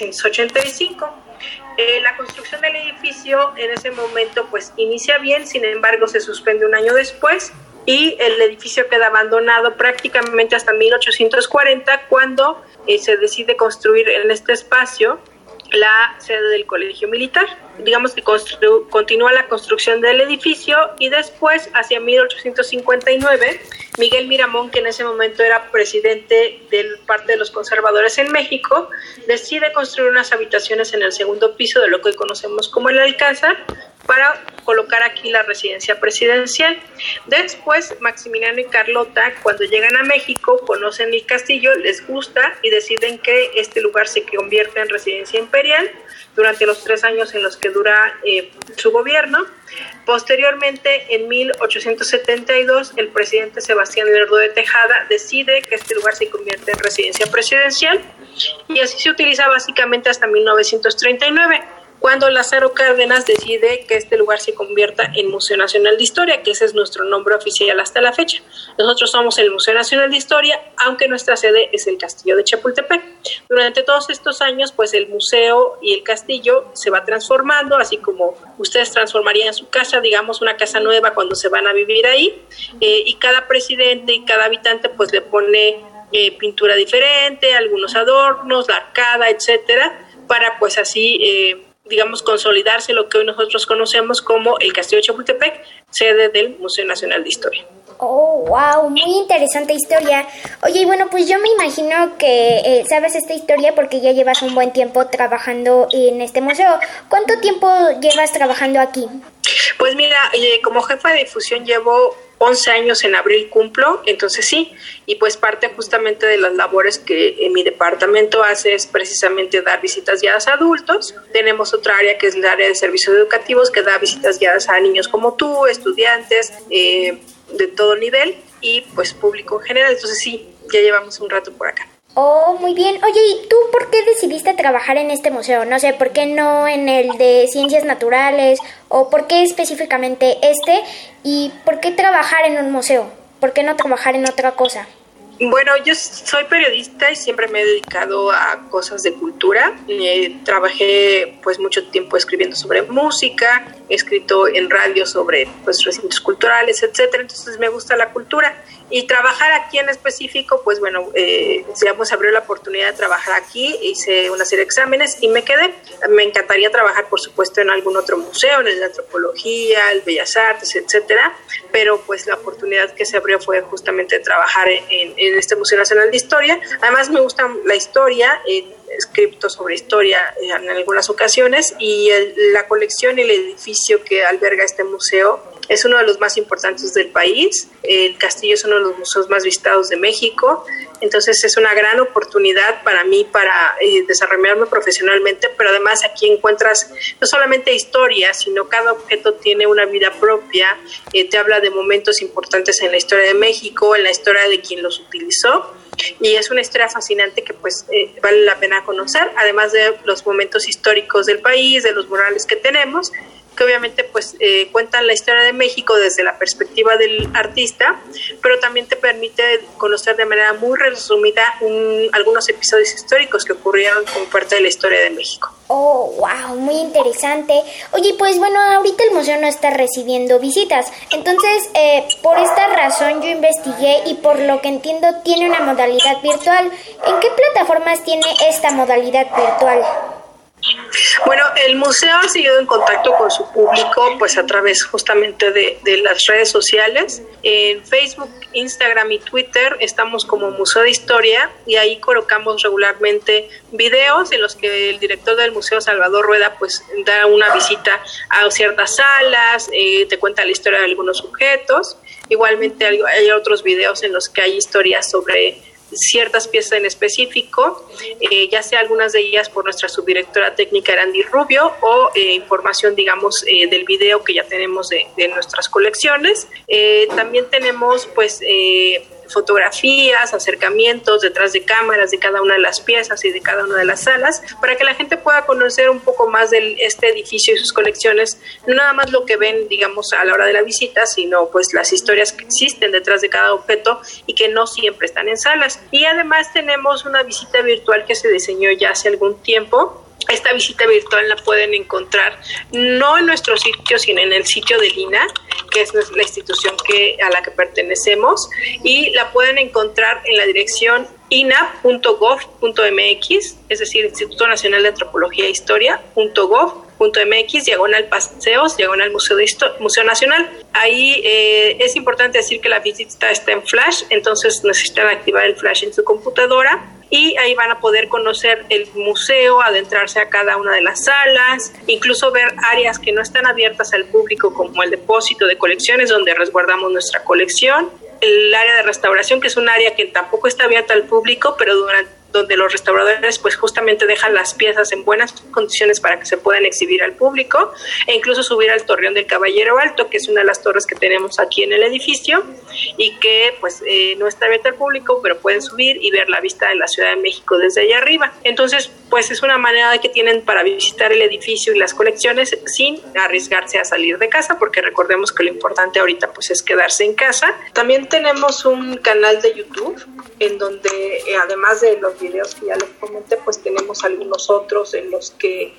1785. La construcción del edificio en ese momento pues inicia bien, sin embargo se suspende un año después y el edificio queda abandonado prácticamente hasta 1840, cuando se decide construir en este espacio la sede del Colegio Militar. Digamos que continúa la construcción del edificio y después, hacia 1859, Miguel Miramón, que en ese momento era presidente del parte de los conservadores en México, decide construir unas habitaciones en el segundo piso de lo que hoy conocemos como el Alcázar, para colocar aquí la residencia presidencial. Después, Maximiliano y Carlota, cuando llegan a México, conocen el castillo, les gusta y deciden que este lugar se convierta en residencia imperial durante los 3 años en los que dura su gobierno. Posteriormente, en 1872, el presidente Sebastián Lerdo de Tejada decide que este lugar se convierta en residencia presidencial y así se utiliza básicamente hasta 1939. Cuando Lázaro Cárdenas decide que este lugar se convierta en Museo Nacional de Historia, que ese es nuestro nombre oficial hasta la fecha. Nosotros somos el Museo Nacional de Historia, aunque nuestra sede es el Castillo de Chapultepec. Durante todos estos años, pues el museo y el castillo se va transformando, así como ustedes transformarían su casa, digamos, una casa nueva cuando se van a vivir ahí, y cada presidente y cada habitante pues le pone pintura diferente, algunos adornos, la arcada, etcétera, para pues así digamos, consolidarse lo que hoy nosotros conocemos como el Castillo de Chapultepec, sede del Museo Nacional de Historia. Oh, wow, muy interesante historia. Oye, y bueno, pues yo me imagino que sabes esta historia porque ya llevas un buen tiempo trabajando en este museo. ¿Cuánto tiempo llevas trabajando aquí? Pues mira, como jefa de difusión llevo 11 años, en abril cumplo, entonces sí, y pues parte justamente de las labores que mi departamento hace es precisamente dar visitas guiadas a adultos. Tenemos otra área que es el área de servicios educativos, que da visitas guiadas a niños como tú, estudiantes de todo nivel y pues público en general, entonces sí, ya llevamos un rato por acá. Oh, muy bien. Oye, ¿y tú por qué decidiste trabajar en este museo? No sé, ¿por qué no en el de Ciencias Naturales? ¿O por qué específicamente este? ¿Y por qué trabajar en un museo? ¿Por qué no trabajar en otra cosa? Bueno, yo soy periodista y siempre me he dedicado a cosas de cultura. Trabajé pues mucho tiempo escribiendo sobre música, he escrito en radio sobre pues recintos culturales, etcétera. Entonces me gusta la cultura. Y trabajar aquí en específico, pues bueno, digamos, abrió la oportunidad de trabajar aquí, hice una serie de exámenes y me quedé. Me encantaría trabajar, por supuesto, en algún otro museo, en el de Antropología, el Bellas Artes, etcétera, pero pues la oportunidad que se abrió fue justamente trabajar en este Museo Nacional de Historia. Además me gusta la historia, he escrito sobre historia en algunas ocasiones y la colección y el edificio que alberga este museo es uno de los más importantes del país. El castillo es uno de los museos más visitados de México, entonces es una gran oportunidad para mí para desarrollarme profesionalmente, pero además aquí encuentras no solamente historia, sino cada objeto tiene una vida propia, te habla de momentos importantes en la historia de México, en la historia de quien los utilizó, y es una historia fascinante que pues vale la pena conocer, además de los momentos históricos del país, de los murales que tenemos, que obviamente pues cuentan la historia de México desde la perspectiva del artista, pero también te permite conocer de manera muy resumida algunos episodios históricos que ocurrieron como parte de la historia de México. Oh, wow, muy interesante. Oye, pues bueno, ahorita el museo no está recibiendo visitas, entonces por esta razón yo investigué y por lo que entiendo tiene una modalidad virtual. ¿En qué plataformas tiene esta modalidad virtual? Bueno, el museo ha seguido en contacto con su público pues a través justamente de las redes sociales. En Facebook, Instagram y Twitter estamos como Museo de Historia y ahí colocamos regularmente videos en los que el director del museo, Salvador Rueda, pues da una visita a ciertas salas, te cuenta la historia de algunos objetos. Igualmente hay otros videos en los que hay historias sobre ciertas piezas en específico, ya sea algunas de ellas por nuestra subdirectora técnica Erandi Rubio o información, digamos, del video que ya tenemos de nuestras colecciones. También tenemos pues fotografías, acercamientos detrás de cámaras de cada una de las piezas y de cada una de las salas, para que la gente pueda conocer un poco más de este edificio y sus colecciones, no nada más lo que ven, digamos, a la hora de la visita, sino pues las historias que existen detrás de cada objeto y que no siempre están en salas. Y además tenemos una visita virtual que se diseñó ya hace algún tiempo. Esta visita virtual la pueden encontrar no en nuestro sitio, sino en el sitio del INAH, que es la institución a la que pertenecemos, y la pueden encontrar en la dirección inah.gov.mx, es decir, Instituto Nacional de Antropología e Historia.gov.mx, /paseos, Museo Nacional. Ahí es importante decir que la visita está en Flash, entonces necesitan activar el Flash en su computadora. Y ahí van a poder conocer el museo, adentrarse a cada una de las salas, incluso ver áreas que no están abiertas al público, como el depósito de colecciones donde resguardamos nuestra colección, el área de restauración, que es un área que tampoco está abierta al público, pero donde los restauradores pues justamente dejan las piezas en buenas condiciones para que se puedan exhibir al público, e incluso subir al Torreón del Caballero Alto, que es una de las torres que tenemos aquí en el edificio y que pues no está abierta al público, pero pueden subir y ver la vista de la Ciudad de México desde allá arriba. Entonces pues es una manera que tienen para visitar el edificio y las colecciones sin arriesgarse a salir de casa, porque recordemos que lo importante ahorita pues es quedarse en casa. También tenemos un canal de YouTube en donde además de los videos que ya les comenté, pues tenemos algunos otros en los que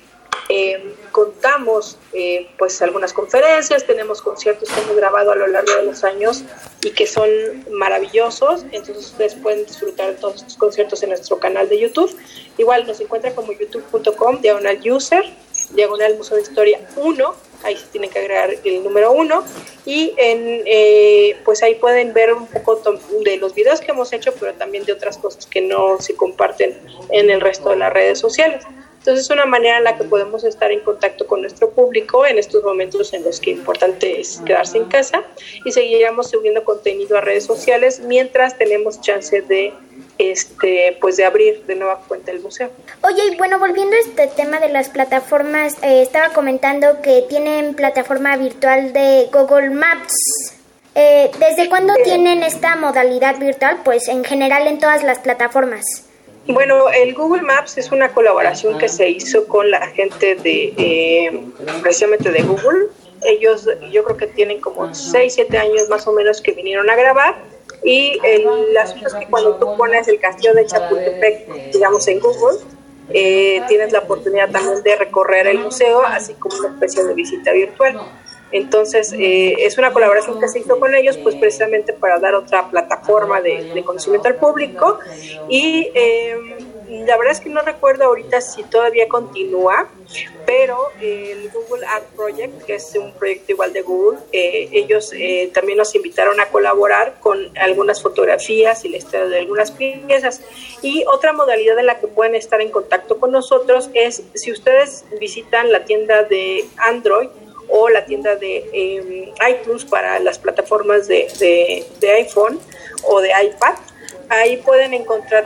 contamos pues algunas conferencias, tenemos conciertos que hemos grabado a lo largo de los años y que son maravillosos. Entonces ustedes pueden disfrutar de todos estos conciertos en nuestro canal de YouTube. Igual nos encuentran como youtube.com/user Museo de Historia 1, ahí se tienen que agregar el número 1, y pues ahí pueden ver un poco de los videos que hemos hecho, pero también de otras cosas que no se comparten en el resto de las redes sociales. Entonces es una manera en la que podemos estar en contacto con nuestro público en estos momentos en los que importante es quedarse en casa, y seguiremos subiendo contenido a redes sociales mientras tenemos chance de pues de abrir de nueva cuenta el museo. Oye, y bueno, volviendo a este tema de las plataformas, estaba comentando que tienen plataforma virtual de Google Maps. ¿Desde cuándo tienen esta modalidad virtual? Pues en general en todas las plataformas. Bueno, el Google Maps es una colaboración que se hizo con la gente de precisamente de Google. Ellos yo creo que tienen como 6-7 años más o menos que vinieron a grabar, y el asunto es que cuando tú pones el castillo de Chapultepec, digamos, en Google, tienes la oportunidad también de recorrer el museo, así como una especie de visita virtual. Entonces es una colaboración que se hizo con ellos pues precisamente para dar otra plataforma de conocimiento al público, y la verdad es que no recuerdo ahorita si todavía continúa, pero el Google Art Project, que es un proyecto igual de Google, ellos también nos invitaron a colaborar con algunas fotografías y la historia de algunas piezas. Y otra modalidad en la que pueden estar en contacto con nosotros es si ustedes visitan la tienda de Android o la tienda de iTunes para las plataformas de iPhone o de iPad. Ahí pueden encontrar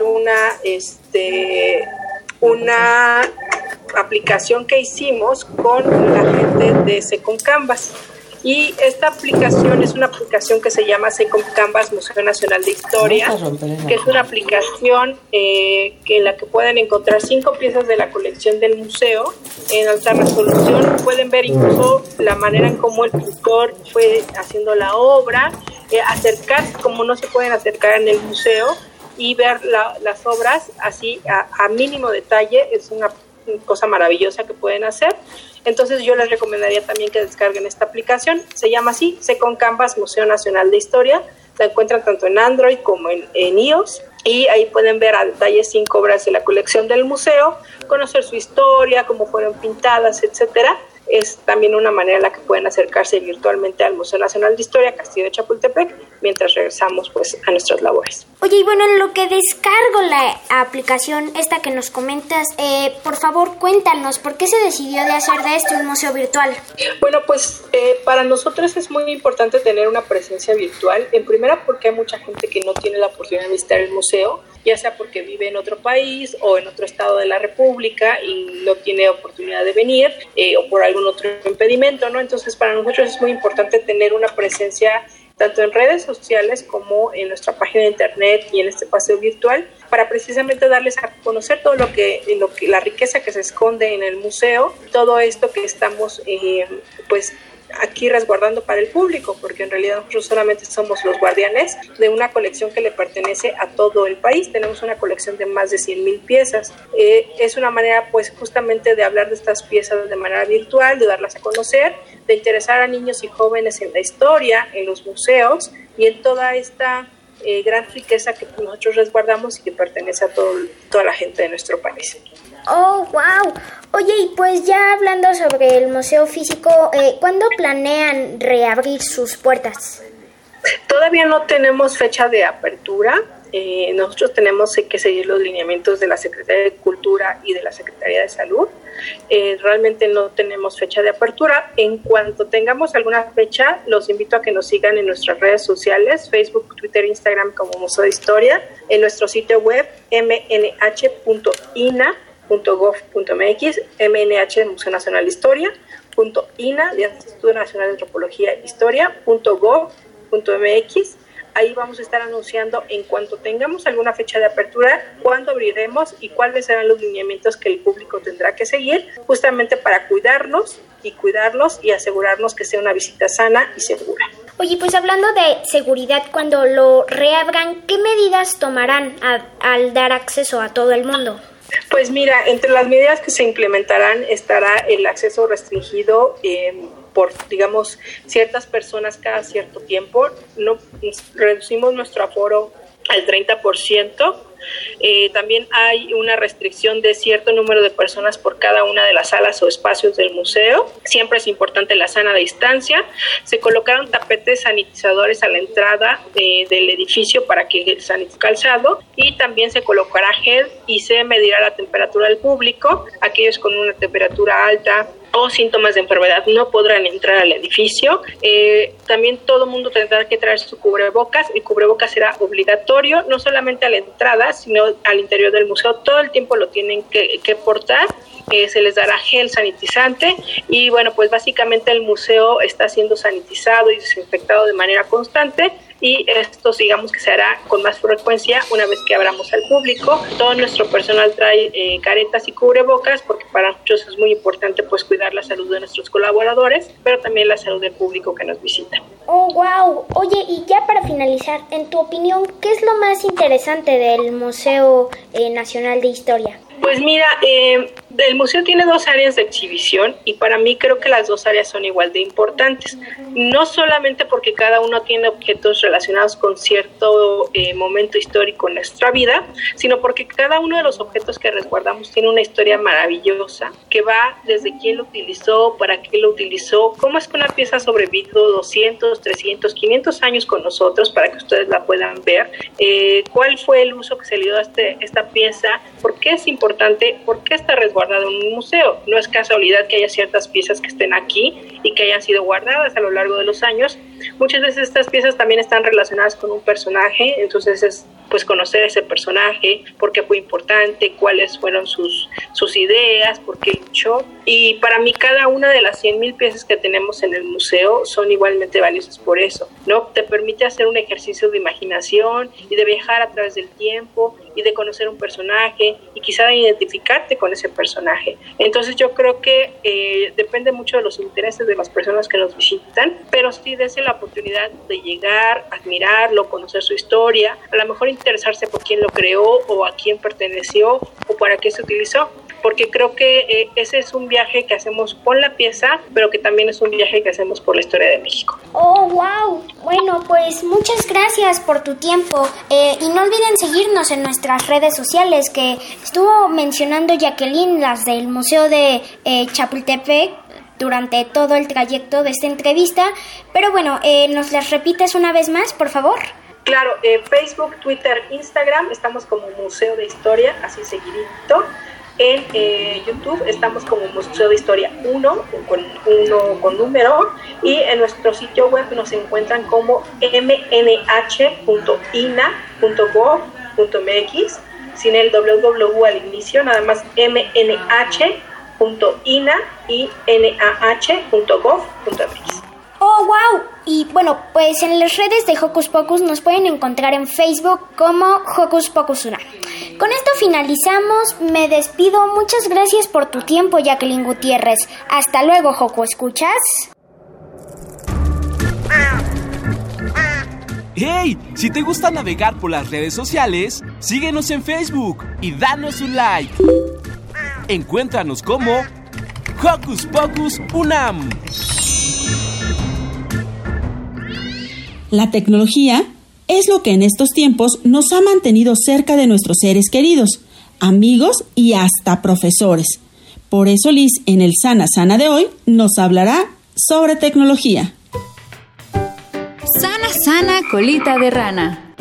una aplicación que hicimos con la gente de Second Canvas. Y esta aplicación es una aplicación que se llama Second Canvas Museo Nacional de Historia, que es una aplicación en la que pueden encontrar 5 piezas de la colección del museo en alta resolución. Pueden ver incluso la manera en cómo el pintor fue haciendo la obra, acercarse como no se pueden acercar en el museo y ver las obras así a mínimo detalle. Es una cosa maravillosa que pueden hacer. Entonces yo les recomendaría también que descarguen esta aplicación. Se llama así, Second Canvas Museo Nacional de Historia. La encuentran tanto en Android como en iOS, y ahí pueden ver a detalle 5 obras de la colección del museo, conocer su historia, cómo fueron pintadas, etcétera. Es también una manera en la que pueden acercarse virtualmente al Museo Nacional de Historia, Castillo de Chapultepec, mientras regresamos pues a nuestras labores. Oye, y bueno, en lo que descargo la aplicación esta que nos comentas, por favor cuéntanos, ¿por qué se decidió de hacer de esto un museo virtual? Bueno, pues para nosotros es muy importante tener una presencia virtual, en primera porque hay mucha gente que no tiene la oportunidad de visitar el museo, ya sea porque vive en otro país o en otro estado de la República y no tiene oportunidad de venir, o por algún otro impedimento, ¿no? Entonces para nosotros es muy importante tener una presencia tanto en redes sociales como en nuestra página de internet y en este paseo virtual, para precisamente darles a conocer todo lo que la riqueza que se esconde en el museo, todo esto que estamos pues aquí resguardando para el público, porque en realidad nosotros solamente somos los guardianes de una colección que le pertenece a todo el país. Tenemos una colección de más de 100,000 piezas. Es una manera pues justamente de hablar de estas piezas de manera virtual, de darlas a conocer, de interesar a niños y jóvenes en la historia, en los museos y en toda esta gran riqueza que nosotros resguardamos y que pertenece a toda la gente de nuestro país. ¡Oh, wow! Oye, y pues ya hablando sobre el museo físico, ¿cuándo planean reabrir sus puertas? Todavía no tenemos fecha de apertura. Nosotros tenemos que seguir los lineamientos de la Secretaría de Cultura y de la Secretaría de Salud. Realmente no tenemos fecha de apertura. En cuanto tengamos alguna fecha, los invito a que nos sigan en nuestras redes sociales, Facebook, Twitter, Instagram como Museo de Historia, en nuestro sitio web mnh.ina.gov.mx, MNH Museo Nacional de Historia, .ina, de Instituto Nacional de Antropología e Historia, .gov.mx. Ahí vamos a estar anunciando en cuanto tengamos alguna fecha de apertura, cuándo abriremos y cuáles serán los lineamientos que el público tendrá que seguir, justamente para cuidarlos y asegurarnos que sea una visita sana y segura. Oye, pues hablando de seguridad, cuando lo reabran, ¿qué medidas tomarán al dar acceso a todo el mundo? Pues mira, entre las medidas que se implementarán estará el acceso restringido por, digamos, ciertas personas cada cierto tiempo. No reducimos nuestro aforo al 30%. También hay una restricción de cierto número de personas por cada una de las salas o espacios del museo. Siempre es importante la sana distancia. Se colocaron tapetes sanitizadores a la entrada del edificio para que sanitice calzado, y también se colocará gel y se medirá la temperatura del público. Aquellos con una temperatura alta o síntomas de enfermedad no podrán entrar al edificio. También todo mundo tendrá que traer su cubrebocas. El cubrebocas será obligatorio, no solamente a la entrada, sino al interior del museo. Todo el tiempo lo tienen que portar. Se les dará gel sanitizante y bueno, pues básicamente el museo está siendo sanitizado y desinfectado de manera constante, y esto digamos que se hará con más frecuencia una vez que abramos al público. Todo nuestro personal trae caretas y cubrebocas, porque para nosotros es muy importante pues cuidar la salud de nuestros colaboradores, pero también la salud del público que nos visita. ¡Oh, wow! Oye, y ya para finalizar, en tu opinión, ¿qué es lo más interesante del Museo Nacional de Historia? Pues mira, el museo tiene 2 áreas de exhibición y para mí creo que las 2 áreas son igual de importantes. No solamente porque cada uno tiene objetos relacionados con cierto momento histórico en nuestra vida, sino porque cada uno de los objetos que resguardamos tiene una historia maravillosa que va desde quién lo utilizó, para qué lo utilizó, cómo es que una pieza ha sobrevivido 200, 300, 500 años con nosotros para que ustedes la puedan ver, cuál fue el uso que se le dio a esta pieza, por qué es importante, por qué está resguardado en un museo. No es casualidad que haya ciertas piezas que estén aquí y que hayan sido guardadas a lo largo de los años. Muchas veces estas piezas también están relacionadas con un personaje, entonces es pues conocer ese personaje, por qué fue importante, cuáles fueron sus ideas, por qué luchó. Y para mí cada una de las 100,000 piezas que tenemos en el museo son igualmente valiosas por eso, ¿no? Te permite hacer un ejercicio de imaginación y de viajar a través del tiempo y de conocer un personaje y quizá identificarte con ese personaje. Entonces yo creo que depende mucho de los intereses de las personas que nos visitan, pero sí dense la oportunidad de llegar, admirarlo, conocer su historia, a lo mejor interesarse por quién lo creó o a quién perteneció o para qué se utilizó, porque creo que ese es un viaje que hacemos con la pieza, pero que también es un viaje que hacemos por la historia de México. ¡Oh, wow! Bueno, pues muchas gracias por tu tiempo y no olviden seguirnos en nuestras redes sociales, que estuvo mencionando Jacqueline, las del Museo de Chapultepec, durante todo el trayecto de esta entrevista, pero bueno, ¿nos las repites una vez más, por favor? Claro, Facebook, Twitter, Instagram, estamos como Museo de Historia, así seguidito. En YouTube estamos como Museo de Historia 1, con número, y en nuestro sitio web nos encuentran como mnh.ina.gov.mx, sin el www al inicio, nada más mnh.ina.gov.mx. ¡Oh, wow! Y bueno, pues en las redes de Hocus Pocus nos pueden encontrar en Facebook como Hocus Pocus UNAM. Con esto finalizamos. Me despido. Muchas gracias por tu tiempo, Jacqueline Gutiérrez. Hasta luego, Joco. ¿Escuchas? ¡Hey! Si te gusta navegar por las redes sociales, síguenos en Facebook y danos un like. Encuéntranos como Hocus Pocus UNAM. La tecnología es lo que en estos tiempos nos ha mantenido cerca de nuestros seres queridos, amigos y hasta profesores. Por eso Liz, en el Sana Sana de hoy, nos hablará sobre tecnología. Sana Sana Colita de Rana.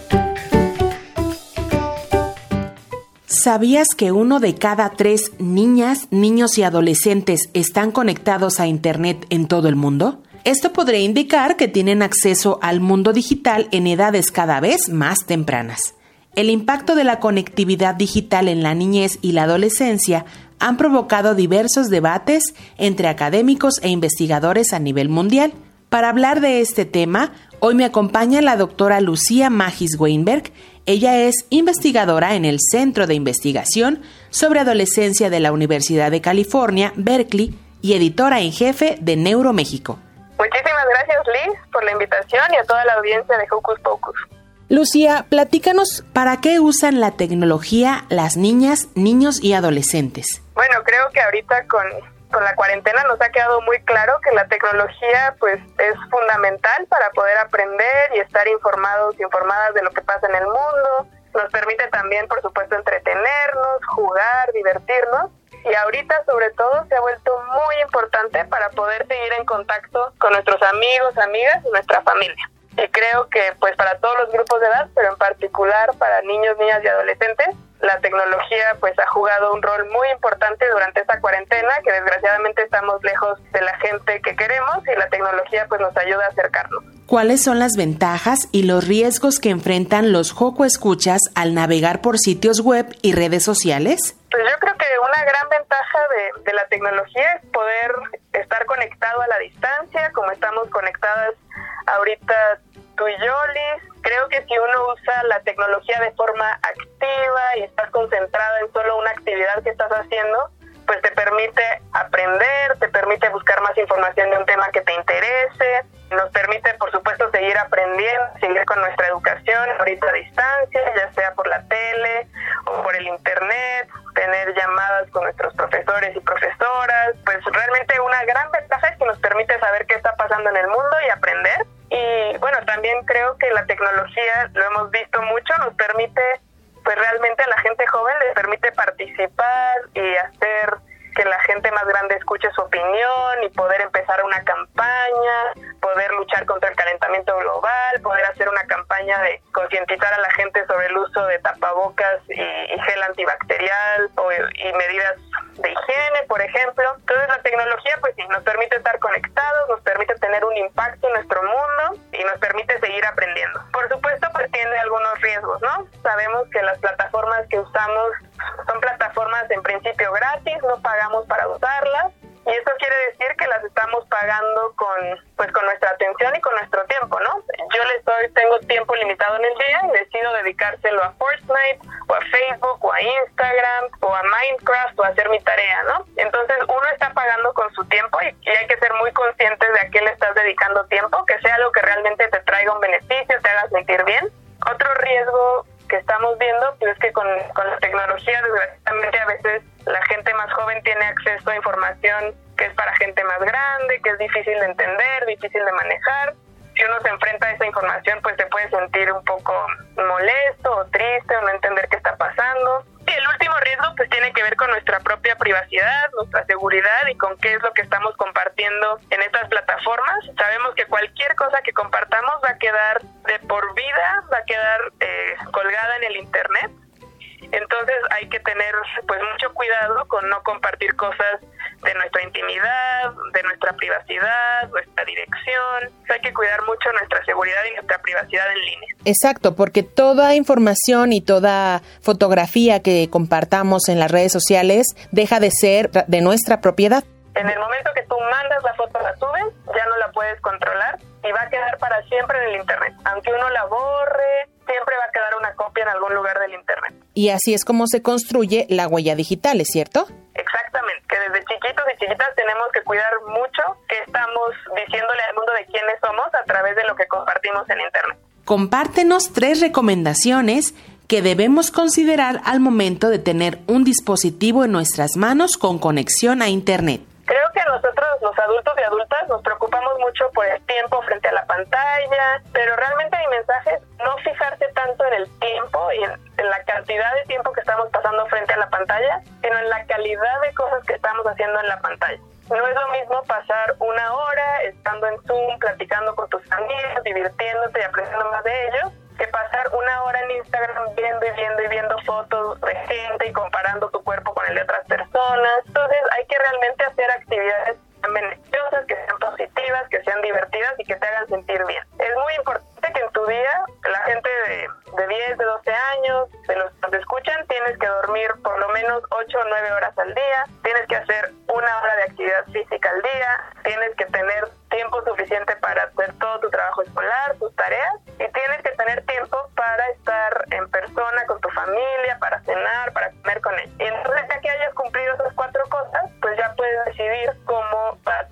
¿Sabías que 1 de cada 3 niñas, niños y adolescentes están conectados a Internet en todo el mundo? Esto podría indicar que tienen acceso al mundo digital en edades cada vez más tempranas. El impacto de la conectividad digital en la niñez y la adolescencia han provocado diversos debates entre académicos e investigadores a nivel mundial. Para hablar de este tema, hoy me acompaña la doctora Lucía Magis Weinberg. Ella es investigadora en el Centro de Investigación sobre Adolescencia de la Universidad de California, Berkeley, y editora en jefe de NeuroMéxico. Muchísimas gracias, Liz, por la invitación y a toda la audiencia de Hocus Pocus. Lucía, platícanos, ¿para qué usan la tecnología las niñas, niños y adolescentes? Bueno, creo que ahorita con la cuarentena nos ha quedado muy claro que la tecnología pues es fundamental para poder aprender y estar informados y informadas de lo que pasa en el mundo. Nos permite también, por supuesto, entretenernos, jugar, divertirnos. Y ahorita, sobre todo, se ha vuelto muy importante para poder seguir en contacto con nuestros amigos, amigas y nuestra familia. Y creo que, pues, para todos los grupos de edad, pero en particular para niños, niñas y adolescentes, la tecnología, pues, ha jugado un rol muy importante durante esta cuarentena, que desgraciadamente estamos lejos de la gente que queremos y la tecnología, pues, nos ayuda a acercarnos. ¿Cuáles son las ventajas y los riesgos que enfrentan los Joco Escuchas al navegar por sitios web y redes sociales? Pues yo creo que una gran ventaja de la tecnología es poder estar conectado a la distancia, como estamos conectadas ahorita tú y yo, Liz. Creo que si uno usa la tecnología de forma activa y estás concentrada en solo una actividad que estás haciendo, pues te permite aprender, te permite buscar más información de un tema que te interese, nos permite, por supuesto, seguir aprendiendo, seguir con nuestra educación ahorita a distancia, ya sea por la tele o por el internet, tener llamadas con nuestros profesores y profesoras. Pues realmente una gran ventaja es que nos permite saber qué está pasando en el mundo y aprender. Y bueno, también creo que la tecnología, lo hemos visto mucho, nos permite, pues realmente a la gente joven les permite participar y hacer que la gente más grande escuche su opinión y poder empezar una campaña, poder luchar contra el calentamiento global, poder hacer una campaña de concientizar a la gente sobre el uso de tapabocas y gel antibacterial y medidas de higiene, por ejemplo. Entonces la tecnología pues sí, nos permite estar conectados, nos permite tener un impacto en nuestro mundo y nos permite seguir aprendiendo. Por supuesto pues tiene algunos riesgos, ¿no? Sabemos que las plataformas que usamos son plataformas en principio gratis, no pagamos para usarlas, y eso quiere decir que las estamos pagando con nuestra atención y con nuestro tiempo, ¿no? Yo tengo tiempo limitado en el día y decido dedicárselo a Fortnite, o a Facebook, o a Instagram, o a Minecraft, o a hacer mi tarea, ¿no? Entonces uno está pagando con su tiempo y hay que ser muy conscientes de a qué le estás dedicando tiempo, que sea algo que realmente te traiga un beneficio, te haga sentir bien. Otro riesgo que estamos viendo pues es que con la tecnología, desgraciadamente, a veces la gente más joven tiene acceso a información que es para gente más grande, que es difícil de entender, difícil de manejar. Si uno se enfrenta a esa información, pues se puede sentir un poco molesto o triste o no entender qué está pasando. Y el último riesgo pues tiene que ver con nuestra propia privacidad, nuestra seguridad y con qué es lo que estamos compartiendo en estas plataformas. Sabemos que cualquier cosa que compartamos va a quedar de por vida, va a quedar colgada en el internet. Entonces hay que tener pues mucho cuidado con no compartir cosas de nuestra intimidad, de nuestra privacidad, nuestra dirección. Hay que cuidar mucho nuestra seguridad y nuestra privacidad en línea. Exacto, porque toda información y toda fotografía que compartamos en las redes sociales deja de ser de nuestra propiedad. En el momento que tú mandas la foto, la subes, ya no la puedes controlar y va a quedar para siempre en el internet. Aunque uno la borre, siempre va a quedar una copia en algún lugar del internet. Y así es como se construye la huella digital, ¿es cierto? Exactamente, que desde chiquitos y chiquitas tenemos que cuidar mucho que estamos diciéndole al mundo de quiénes somos a través de lo que compartimos en internet. Compártenos 3 recomendaciones que debemos considerar al momento de tener un dispositivo en nuestras manos con conexión a internet. Creo que nosotros, los adultos y adultas, nos preocupamos mucho por el tiempo frente a la pantalla, pero realmente mi mensaje es no fijarse tanto en el tiempo y en la cantidad de tiempo que estamos pasando frente a la pantalla, sino en la calidad de cosas que estamos haciendo en la pantalla. No es lo mismo pasar 1 hora estando en Zoom, platicando con tus amigos, divirtiéndote y aprendiendo más de ellos, que pasar 1 hora en Instagram viendo fotos de gente y comparando tu cuerpo con el de otras personas. Entonces hay que realmente hacer actividades que sean beneficiosas, que sean positivas, que sean divertidas y que te hagan sentir bien. Es muy importante que en tu día, la gente de 10, de 12 años, de los que nos escuchan, tienes que dormir por lo menos 8 o 9 horas al día, tienes que hacer 1 hora de actividad física al día, tienes que tener tiempo suficiente para hacer todo tu trabajo escolar, tus tareas, y tienes que tener tiempo para estar en persona con tu familia, para cenar, para comer con ellos. Y entonces, ya que hayas cumplido esas 4 cosas, pues ya puedes decidir cómo vas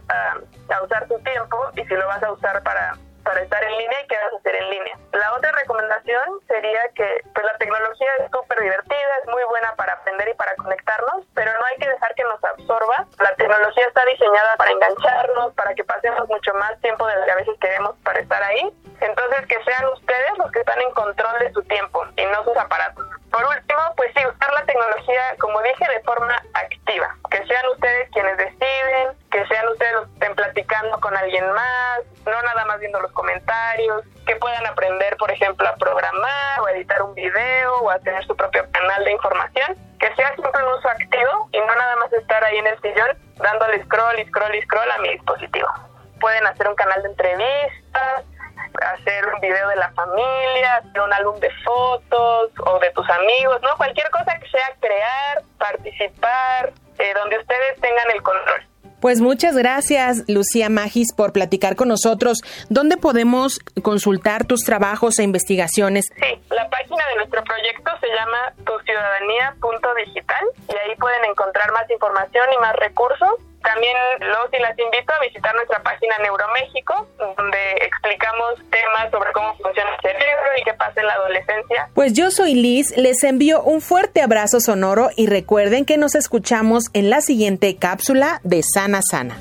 a usar tu tiempo y si lo vas a usar para estar en línea y qué vas a hacer en línea. La otra recomendación sería que pues la tecnología es súper divertida, es muy buena para aprender y para conectarnos, pero no hay que dejar que nos absorba. La tecnología está diseñada para engancharnos, para que pasemos mucho más tiempo de lo que a veces queremos para estar ahí. Entonces, que sean ustedes los que están en control de su tiempo y no sus aparatos. Por último, pues sí, usar la tecnología, como dije, de forma activa. Que sean ustedes quienes deciden, que sean ustedes los que estén platicando con alguien más, no nada más viendo los comentarios, que puedan aprender, por ejemplo, a programar o a editar un video o a tener su propio canal de información. Que sea siempre un uso activo y no nada más estar ahí en el sillón dándole scroll a mi dispositivo. Pueden hacer un canal de entrevistas, hacer un video de la familia, hacer un álbum de fotos o de tus amigos, ¿no? Cualquier cosa que sea crear, participar, donde ustedes tengan el control. Pues muchas gracias, Lucía Magis, por platicar con nosotros. ¿Dónde podemos consultar tus trabajos e investigaciones? Sí, la página de nuestro proyecto se llama tuciudadanía.digital y ahí pueden encontrar más información y más recursos. También los y las invito a visitar nuestra página Neuroméxico, donde explicamos temas sobre cómo funciona el cerebro y qué pasa en la adolescencia. Pues yo soy Liz, les envío un fuerte abrazo sonoro y recuerden que nos escuchamos en la siguiente cápsula de Sana Sana.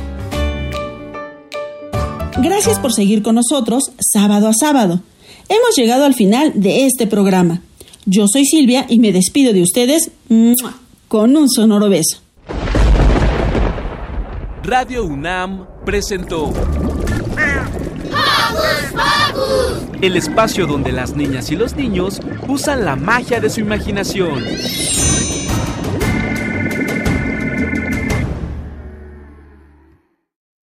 Gracias por seguir con nosotros sábado a sábado. Hemos llegado al final de este programa. Yo soy Silvia y me despido de ustedes con un sonoro beso. Radio UNAM presentó ¡Hocus Pocus! El espacio donde las niñas y los niños usan la magia de su imaginación.